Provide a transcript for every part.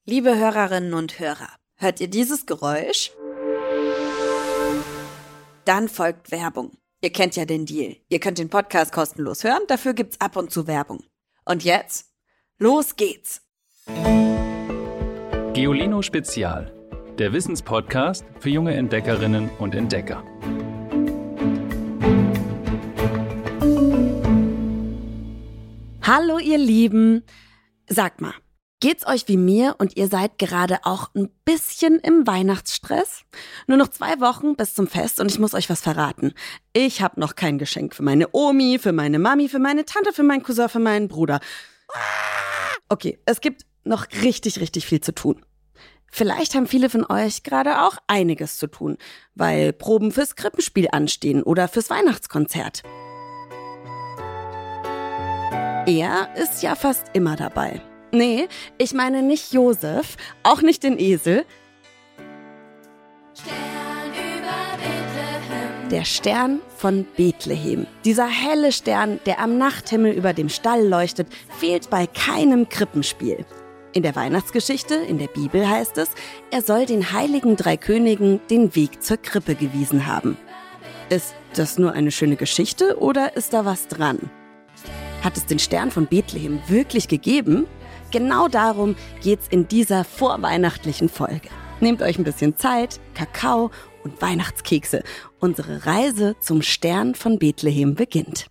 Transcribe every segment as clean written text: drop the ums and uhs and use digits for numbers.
Liebe Hörerinnen und Hörer, hört ihr dieses Geräusch? Dann folgt Werbung. Ihr kennt ja den Deal. Ihr könnt den Podcast kostenlos hören, dafür gibt's ab und zu Werbung. Und jetzt, los geht's! Geolino Spezial, der Wissenspodcast für junge Entdeckerinnen und Entdecker. Hallo ihr Lieben! Sagt mal, geht's euch wie mir und ihr seid gerade auch ein bisschen im Weihnachtsstress? Nur noch 2 Wochen bis zum Fest und ich muss euch was verraten. Ich habe noch kein Geschenk für meine Omi, für meine Mami, für meine Tante, für meinen Cousin, für meinen Bruder. Okay, es gibt noch richtig viel zu tun. Vielleicht haben viele von euch gerade auch einiges zu tun, weil Proben fürs Krippenspiel anstehen oder fürs Weihnachtskonzert. Er ist ja fast immer dabei. Nee, ich meine nicht Josef, auch nicht den Esel. Stern über Bethlehem. Der Stern von Bethlehem. Dieser helle Stern, der am Nachthimmel über dem Stall leuchtet, fehlt bei keinem Krippenspiel. In der Weihnachtsgeschichte, in der Bibel heißt es, er soll den heiligen 3 Königen den Weg zur Krippe gewiesen haben. Ist das nur eine schöne Geschichte oder ist da was dran? Hat es den Stern von Bethlehem wirklich gegeben? Genau darum geht's in dieser vorweihnachtlichen Folge. Nehmt euch ein bisschen Zeit, Kakao und Weihnachtskekse. Unsere Reise zum Stern von Bethlehem beginnt.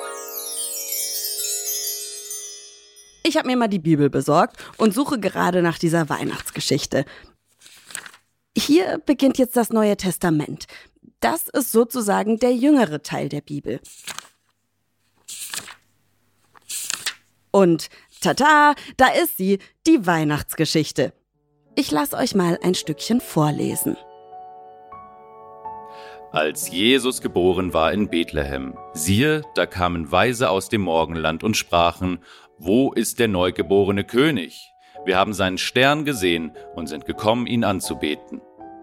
Ich habe mir mal die Bibel besorgt und suche gerade nach dieser Weihnachtsgeschichte. Hier beginnt jetzt das Neue Testament. Das ist sozusagen der jüngere Teil der Bibel. Und tada, da ist sie, die Weihnachtsgeschichte. Ich lasse euch mal ein Stückchen vorlesen. Als Jesus geboren war in Bethlehem, siehe, da kamen Weise aus dem Morgenland und sprachen, wo ist der neugeborene König? Wir haben seinen Stern gesehen und sind gekommen, ihn anzubeten.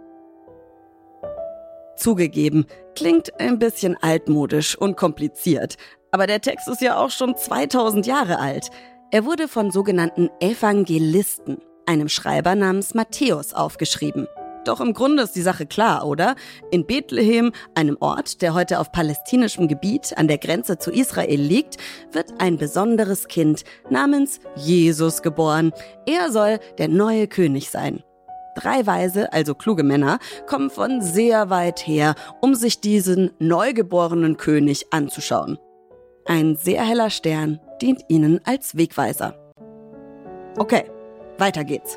Zugegeben, klingt ein bisschen altmodisch und kompliziert. Aber der Text ist ja auch schon 2000 Jahre alt. Er wurde von sogenannten Evangelisten, einem Schreiber namens Matthäus, aufgeschrieben. Doch im Grunde ist die Sache klar, oder? In Bethlehem, einem Ort, der heute auf palästinischem Gebiet an der Grenze zu Israel liegt, wird ein besonderes Kind namens Jesus geboren. Er soll der neue König sein. 3 Weise, also kluge Männer, kommen von sehr weit her, um sich diesen neugeborenen König anzuschauen. Ein sehr heller Stern dient ihnen als Wegweiser. Okay, weiter geht's.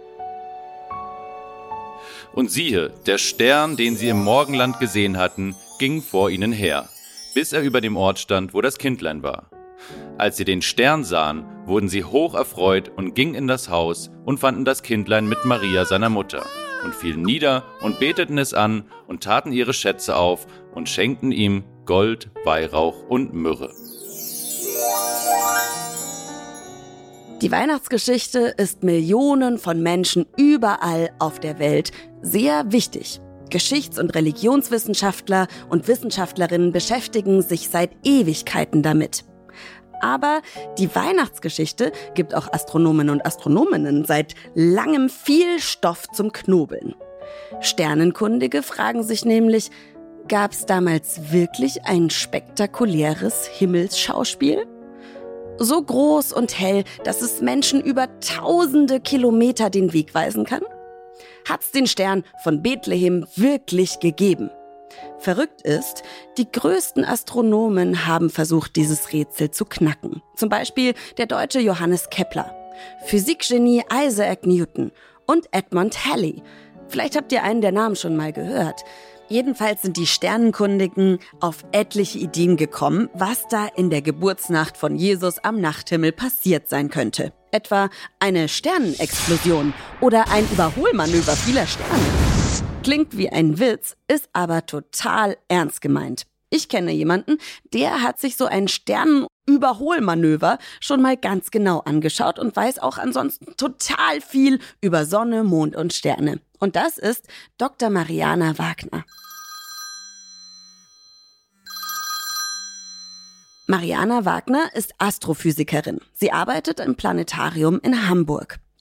Und siehe, der Stern, den sie im Morgenland gesehen hatten, ging vor ihnen her, bis er über dem Ort stand, wo das Kindlein war. Als sie den Stern sahen, wurden sie hoch erfreut und gingen in das Haus und fanden das Kindlein mit Maria, seiner Mutter, und fielen nieder und beteten es an und taten ihre Schätze auf und schenkten ihm Gold, Weihrauch und Myrrhe. Die Weihnachtsgeschichte ist Millionen von Menschen überall auf der Welt sehr wichtig. Geschichts- und Religionswissenschaftler und Wissenschaftlerinnen beschäftigen sich seit Ewigkeiten damit. Aber die Weihnachtsgeschichte gibt auch Astronomen und Astronominnen seit langem viel Stoff zum Knobeln. Sternenkundige fragen sich nämlich, gab es damals wirklich ein spektakuläres Himmelsschauspiel? So groß und hell, dass es Menschen über tausende Kilometer den Weg weisen kann? Hat's den Stern von Bethlehem wirklich gegeben? Verrückt ist, die größten Astronomen haben versucht, dieses Rätsel zu knacken. Zum Beispiel der deutsche Johannes Kepler, Physikgenie Isaac Newton und Edmund Halley. Vielleicht habt ihr einen der Namen schon mal gehört. Jedenfalls sind die Sternenkundigen auf etliche Ideen gekommen, was da in der Geburtsnacht von Jesus am Nachthimmel passiert sein könnte. Etwa eine Sternenexplosion oder ein Überholmanöver vieler Sterne. Klingt wie ein Witz, ist aber total ernst gemeint. Ich kenne jemanden, der hat sich so ein Sternenüberholmanöver schon mal ganz genau angeschaut und weiß auch ansonsten total viel über Sonne, Mond und Sterne. Und das ist Dr. Mariana Wagner. Mariana Wagner ist Astrophysikerin. Sie arbeitet im Planetarium in Hamburg.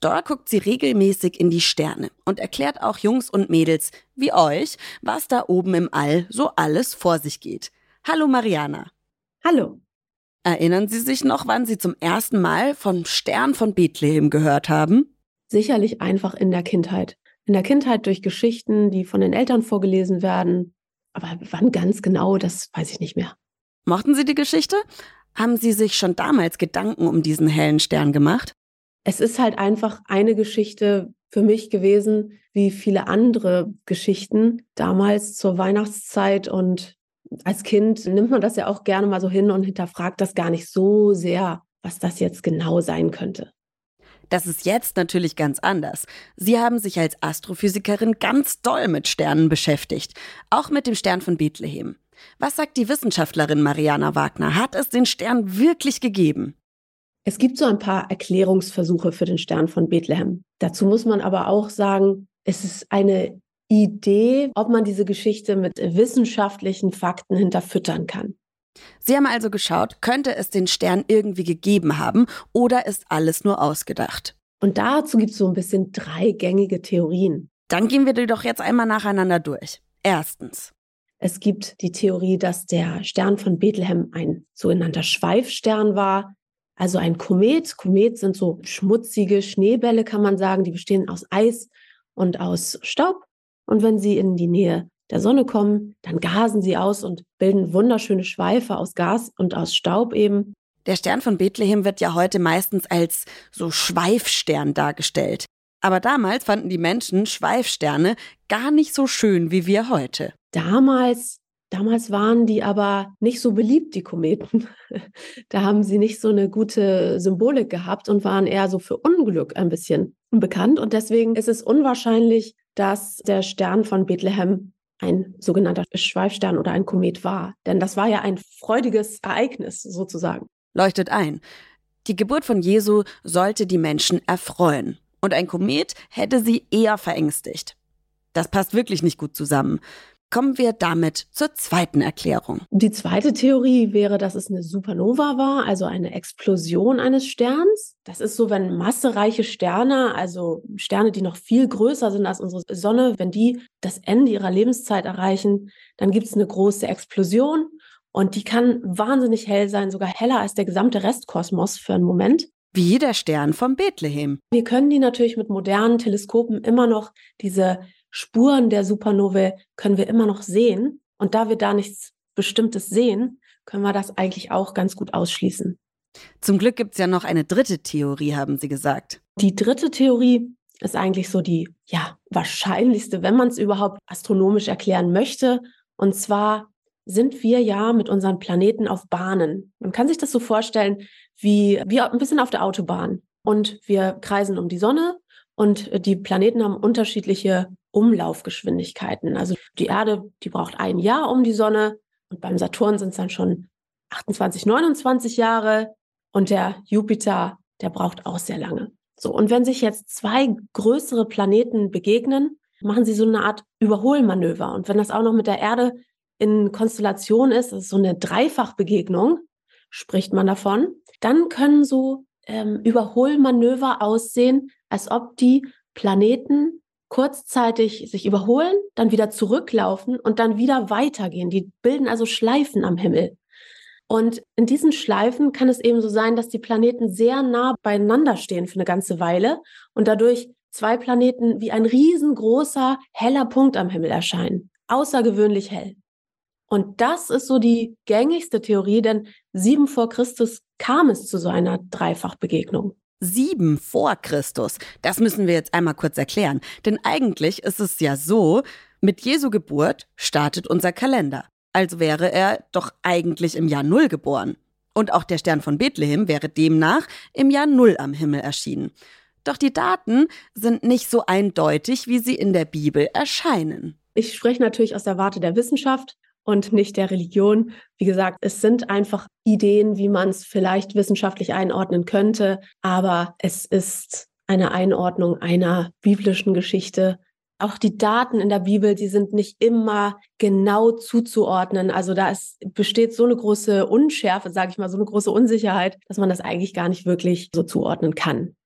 Dort guckt sie regelmäßig in die Sterne und erklärt auch Jungs und Mädels wie euch, was da oben im All so alles vor sich geht. Hallo Mariana. Hallo. Erinnern Sie sich noch, wann Sie zum ersten Mal vom Stern von Bethlehem gehört haben? Sicherlich einfach in der Kindheit. In der Kindheit durch Geschichten, die von den Eltern vorgelesen werden. Aber wann ganz genau, das weiß ich nicht mehr. Mochten Sie die Geschichte? Haben Sie sich schon damals Gedanken um diesen hellen Stern gemacht? Es ist halt einfach eine Geschichte für mich gewesen, wie viele andere Geschichten damals zur Weihnachtszeit. Und als Kind nimmt man das ja auch gerne mal so hin und hinterfragt das gar nicht so sehr, was das jetzt genau sein könnte. Das ist jetzt natürlich ganz anders. Sie haben sich als Astrophysikerin ganz doll mit Sternen beschäftigt, auch mit dem Stern von Bethlehem. Was sagt die Wissenschaftlerin Mariana Wagner? Hat es den Stern wirklich gegeben? Es gibt so ein paar Erklärungsversuche für den Stern von Bethlehem. Dazu muss man aber auch sagen, es ist eine Idee, ob man diese Geschichte mit wissenschaftlichen Fakten hinterfüttern kann. Sie haben also geschaut, könnte es den Stern irgendwie gegeben haben oder ist alles nur ausgedacht? Und dazu gibt es so ein bisschen 3 gängige Theorien. Dann gehen wir die doch jetzt einmal nacheinander durch. Erstens. Es gibt die Theorie, dass der Stern von Bethlehem ein sogenannter Schweifstern war, also ein Komet. Komet sind so schmutzige Schneebälle, kann man sagen, die bestehen aus Eis und aus Staub. Und wenn sie in die Nähe der Sonne kommen, dann gasen sie aus und bilden wunderschöne Schweife aus Gas und aus Staub eben. Der Stern von Bethlehem wird ja heute meistens als so Schweifstern dargestellt. Aber damals fanden die Menschen Schweifsterne gar nicht so schön wie wir heute. Damals waren die aber nicht so beliebt, die Kometen. Da haben sie nicht so eine gute Symbolik gehabt und waren eher so für Unglück ein bisschen bekannt. Und deswegen ist es unwahrscheinlich, dass der Stern von Bethlehem ein sogenannter Schweifstern oder ein Komet war. Denn das war ja ein freudiges Ereignis sozusagen. Leuchtet ein. Die Geburt von Jesu sollte die Menschen erfreuen. Und ein Komet hätte sie eher verängstigt. Das passt wirklich nicht gut zusammen. Kommen wir damit zur zweiten Erklärung. Die zweite Theorie wäre, dass es eine Supernova war, also eine Explosion eines Sterns. Das ist so, wenn massereiche Sterne, also Sterne, die noch viel größer sind als unsere Sonne, wenn die das Ende ihrer Lebenszeit erreichen, dann gibt es eine große Explosion und die kann wahnsinnig hell sein, sogar heller als der gesamte Restkosmos für einen Moment. Wie der Stern von Bethlehem. Wir können die natürlich mit modernen Teleskopen immer noch, diese Spuren der Supernovae können wir immer noch sehen. Und da wir da nichts Bestimmtes sehen, können wir das eigentlich auch ganz gut ausschließen. Zum Glück gibt es ja noch eine dritte Theorie, haben Sie gesagt. Die dritte Theorie ist eigentlich so die wahrscheinlichste, wenn man es überhaupt astronomisch erklären möchte. Und zwar sind wir ja mit unseren Planeten auf Bahnen. Man kann sich das so vorstellen wie ein bisschen auf der Autobahn. Und wir kreisen um die Sonne und die Planeten haben unterschiedliche Umlaufgeschwindigkeiten. Also die Erde, die braucht 1 Jahr um die Sonne und beim Saturn sind es dann schon 28, 29 Jahre und der Jupiter, der braucht auch sehr lange. So, und wenn sich jetzt 2 größere Planeten begegnen, machen sie so eine Art Überholmanöver. Und wenn das auch noch mit der Erde in Konstellation ist, das ist so eine Dreifachbegegnung, spricht man davon, dann können so Überholmanöver aussehen, als ob die Planeten kurzzeitig sich überholen, dann wieder zurücklaufen und dann wieder weitergehen. Die bilden also Schleifen am Himmel. Und in diesen Schleifen kann es eben so sein, dass die Planeten sehr nah beieinander stehen für eine ganze Weile und dadurch 2 Planeten wie ein riesengroßer, heller Punkt am Himmel erscheinen. Außergewöhnlich hell. Und das ist so die gängigste Theorie, denn 7 vor Christus kam es zu so einer Dreifachbegegnung. 7 vor Christus. Das müssen wir jetzt einmal kurz erklären. Denn eigentlich ist es ja so, mit Jesu Geburt startet unser Kalender. Also wäre er doch eigentlich im Jahr 0 geboren. Und auch der Stern von Bethlehem wäre demnach im Jahr 0 am Himmel erschienen. Doch die Daten sind nicht so eindeutig, wie sie in der Bibel erscheinen. Ich spreche natürlich aus der Warte der Wissenschaft und nicht der Religion. Wie gesagt, es sind einfach Ideen, wie man es vielleicht wissenschaftlich einordnen könnte, aber es ist eine Einordnung einer biblischen Geschichte. Auch die Daten in der Bibel, die sind nicht immer genau zuzuordnen. Also besteht so eine große Unschärfe, sage ich mal, so eine große Unsicherheit, dass man das eigentlich gar nicht wirklich so zuordnen kann.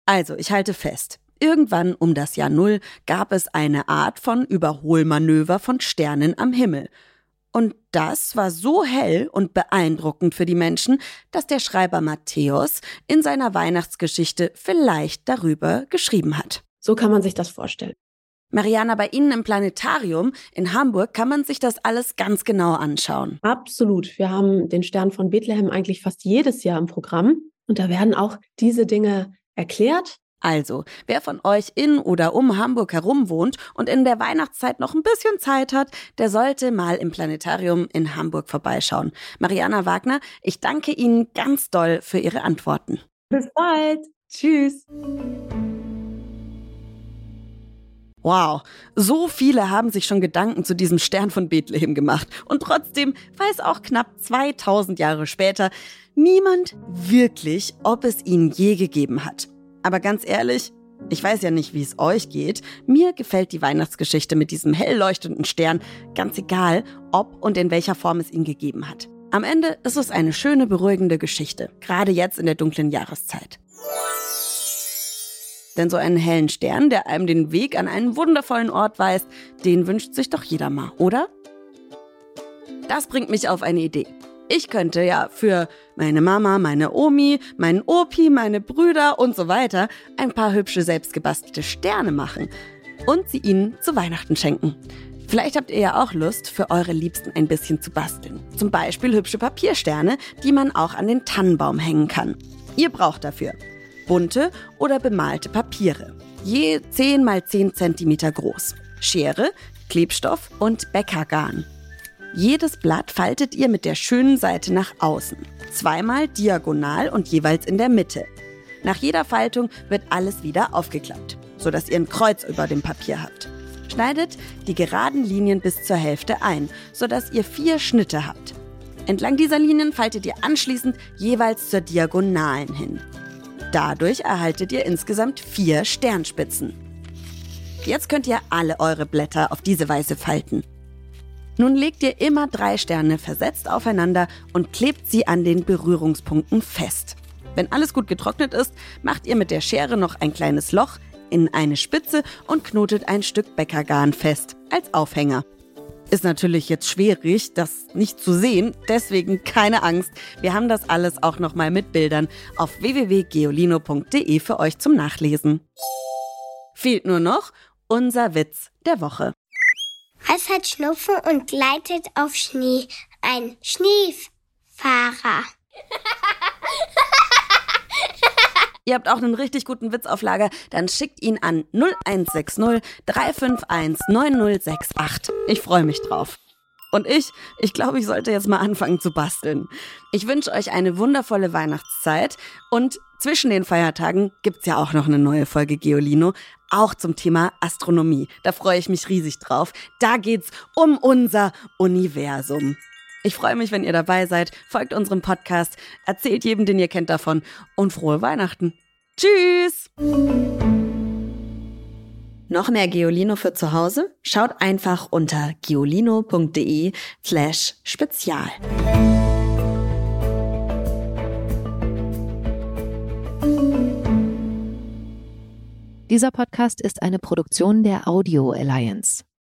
Also, ich halte fest. Irgendwann um das Jahr Null gab es eine Art von Überholmanöver von Sternen am Himmel. Und das war so hell und beeindruckend für die Menschen, dass der Schreiber Matthäus in seiner Weihnachtsgeschichte vielleicht darüber geschrieben hat. So kann man sich das vorstellen. Mariana, bei Ihnen im Planetarium in Hamburg kann man sich das alles ganz genau anschauen. Absolut. Wir haben den Stern von Bethlehem eigentlich fast jedes Jahr im Programm. Und da werden auch diese Dinge erklärt. Also, wer von euch in oder um Hamburg herum wohnt und in der Weihnachtszeit noch ein bisschen Zeit hat, der sollte mal im Planetarium in Hamburg vorbeischauen. Mariana Wagner, ich danke Ihnen ganz doll für Ihre Antworten. Bis bald. Tschüss. Wow, so viele haben sich schon Gedanken zu diesem Stern von Bethlehem gemacht. Und trotzdem weiß auch knapp 2000 Jahre später niemand wirklich, ob es ihn je gegeben hat. Aber ganz ehrlich, ich weiß ja nicht, wie es euch geht. Mir gefällt die Weihnachtsgeschichte mit diesem hell leuchtenden Stern, ganz egal, ob und in welcher Form es ihn gegeben hat. Am Ende ist es eine schöne, beruhigende Geschichte, gerade jetzt in der dunklen Jahreszeit. Denn so einen hellen Stern, der einem den Weg an einen wundervollen Ort weist, den wünscht sich doch jeder mal, oder? Das bringt mich auf eine Idee. Ich könnte ja für meine Mama, meine Omi, meinen Opi, meine Brüder und so weiter ein paar hübsche selbstgebastelte Sterne machen und sie ihnen zu Weihnachten schenken. Vielleicht habt ihr ja auch Lust, für eure Liebsten ein bisschen zu basteln. Zum Beispiel hübsche Papiersterne, die man auch an den Tannenbaum hängen kann. Ihr braucht dafür bunte oder bemalte Papiere, je 10 x 10 cm groß, Schere, Klebstoff und Bäckergarn. Jedes Blatt faltet ihr mit der schönen Seite nach außen, zweimal diagonal und jeweils in der Mitte. Nach jeder Faltung wird alles wieder aufgeklappt, sodass ihr ein Kreuz über dem Papier habt. Schneidet die geraden Linien bis zur Hälfte ein, sodass ihr 4 Schnitte habt. Entlang dieser Linien faltet ihr anschließend jeweils zur Diagonalen hin. Dadurch erhaltet ihr insgesamt 4 Sternspitzen. Jetzt könnt ihr alle eure Blätter auf diese Weise falten. Nun legt ihr immer 3 Sterne versetzt aufeinander und klebt sie an den Berührungspunkten fest. Wenn alles gut getrocknet ist, macht ihr mit der Schere noch ein kleines Loch in eine Spitze und knotet ein Stück Bäckergarn fest, als Aufhänger. Ist natürlich jetzt schwierig, das nicht zu sehen, deswegen keine Angst. Wir haben das alles auch nochmal mit Bildern auf www.geolino.de für euch zum Nachlesen. Fehlt nur noch unser Witz der Woche. Was hat Schnupfen und gleitet auf Schnee? Ein Schneefahrer. Ihr habt auch einen richtig guten Witz auf Lager, dann schickt ihn an 0160 351 9068. Ich freue mich drauf. Und ich glaube, ich sollte jetzt mal anfangen zu basteln. Ich wünsche euch eine wundervolle Weihnachtszeit und zwischen den Feiertagen gibt's ja auch noch eine neue Folge Geolino, auch zum Thema Astronomie. Da freue ich mich riesig drauf. Da geht's um unser Universum. Ich freue mich, wenn ihr dabei seid. Folgt unserem Podcast, erzählt jedem, den ihr kennt, davon und frohe Weihnachten. Tschüss! Noch mehr Geolino für zu Hause? Schaut einfach unter geolino.de/spezial. Dieser Podcast ist eine Produktion der Audio Alliance.